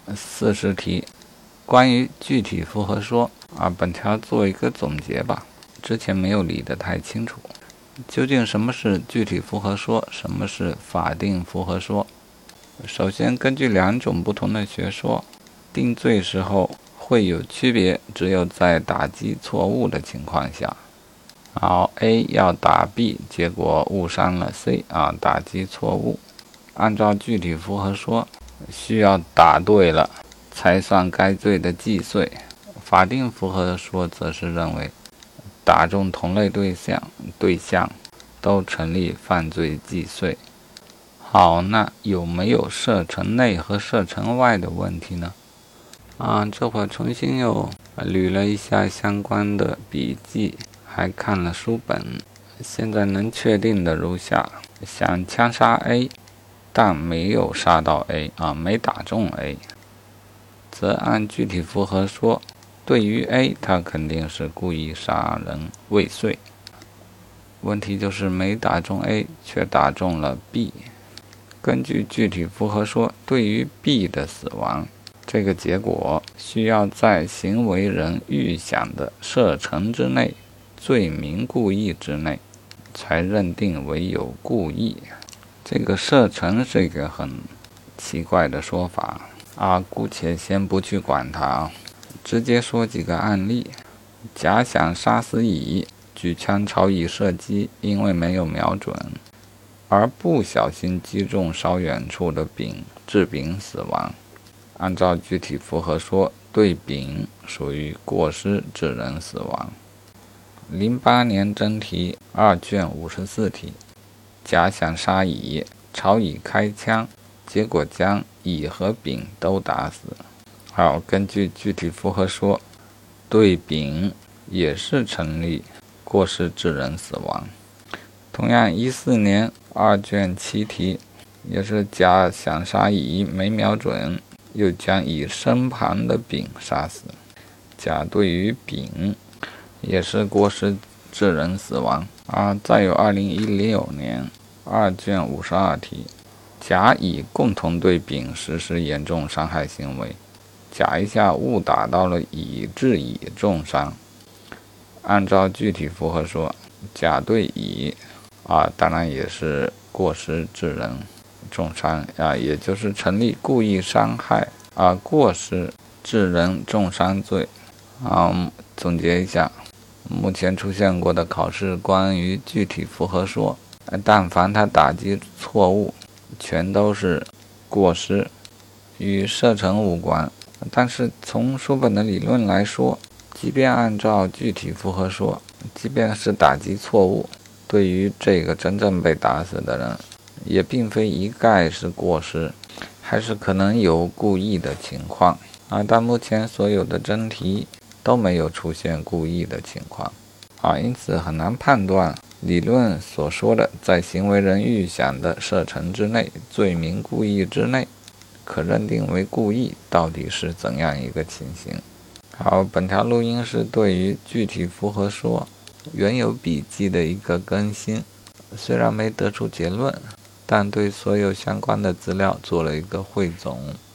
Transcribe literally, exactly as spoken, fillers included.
四十题，关于具体复合说啊，本条做一个总结吧，之前没有理得太清楚。究竟什么是具体复合说，什么是法定复合说？首先，根据两种不同的学说，定罪时候会有区别，只有在打击错误的情况下。好 ，A 要打 B， 结果误伤了 C 啊，打击错误。按照具体复合说，需要打对了才算该罪的既遂。法定复合说则是认为，打中同类对象对象都成立犯罪既遂。好，那有没有射程内和射程外的问题呢？啊，这会儿重新又捋了一下相关的笔记，还看了书本。现在能确定的如下：想枪杀 A， 但没有杀到 A 啊，没打中 A， 则按具体复合说，对于 A， 他肯定是故意杀人未遂。问题就是没打中 A， 却打中了 B。根据具体复合说，对于 B 的死亡，这个结果需要在行为人预想的射程之内，罪名故意之内，才认定为有故意。这个射程是一个很奇怪的说法啊，姑且先不去管它啊，直接说几个案例。甲想杀死乙，举枪朝乙射击，因为没有瞄准，而不小心击中稍远处的丙，致丙死亡。按照具体复合说，对丙属于过失致人死亡。零八年真题二卷五十四题，甲想杀乙，朝乙开枪，结果将乙和丙都打死。好，根据具体复合说，对丙也是成立过失致人死亡。同样一四年二卷七题，也是甲想杀乙没瞄准，又将乙身旁的丙杀死。甲对于丙也是过失致人死亡啊。再有二零一六年二卷五十二题，甲乙共同对丙实施严重伤害行为，甲一下误打到了乙，致乙重伤。按照具体复合说，甲对乙啊，当然也是过失致人重伤啊，也就是成立故意伤害啊，过失致人重伤罪啊。总结一下，目前出现过的考试关于具体复合说，但凡他打击错误，全都是过失，与射程无关。但是从书本的理论来说，即便按照具体复合说，即便是打击错误，对于这个真正被打死的人，也并非一概是过失，还是可能有故意的情况啊。但目前所有的真题都没有出现故意的情况啊，因此很难判断理论所说的在行为人预想的射程之内，罪名故意之内，可认定为故意到底是怎样一个情形。好，本条录音是对于具体复合说原有笔记的一个更新，虽然没得出结论，但对所有相关的资料做了一个汇总。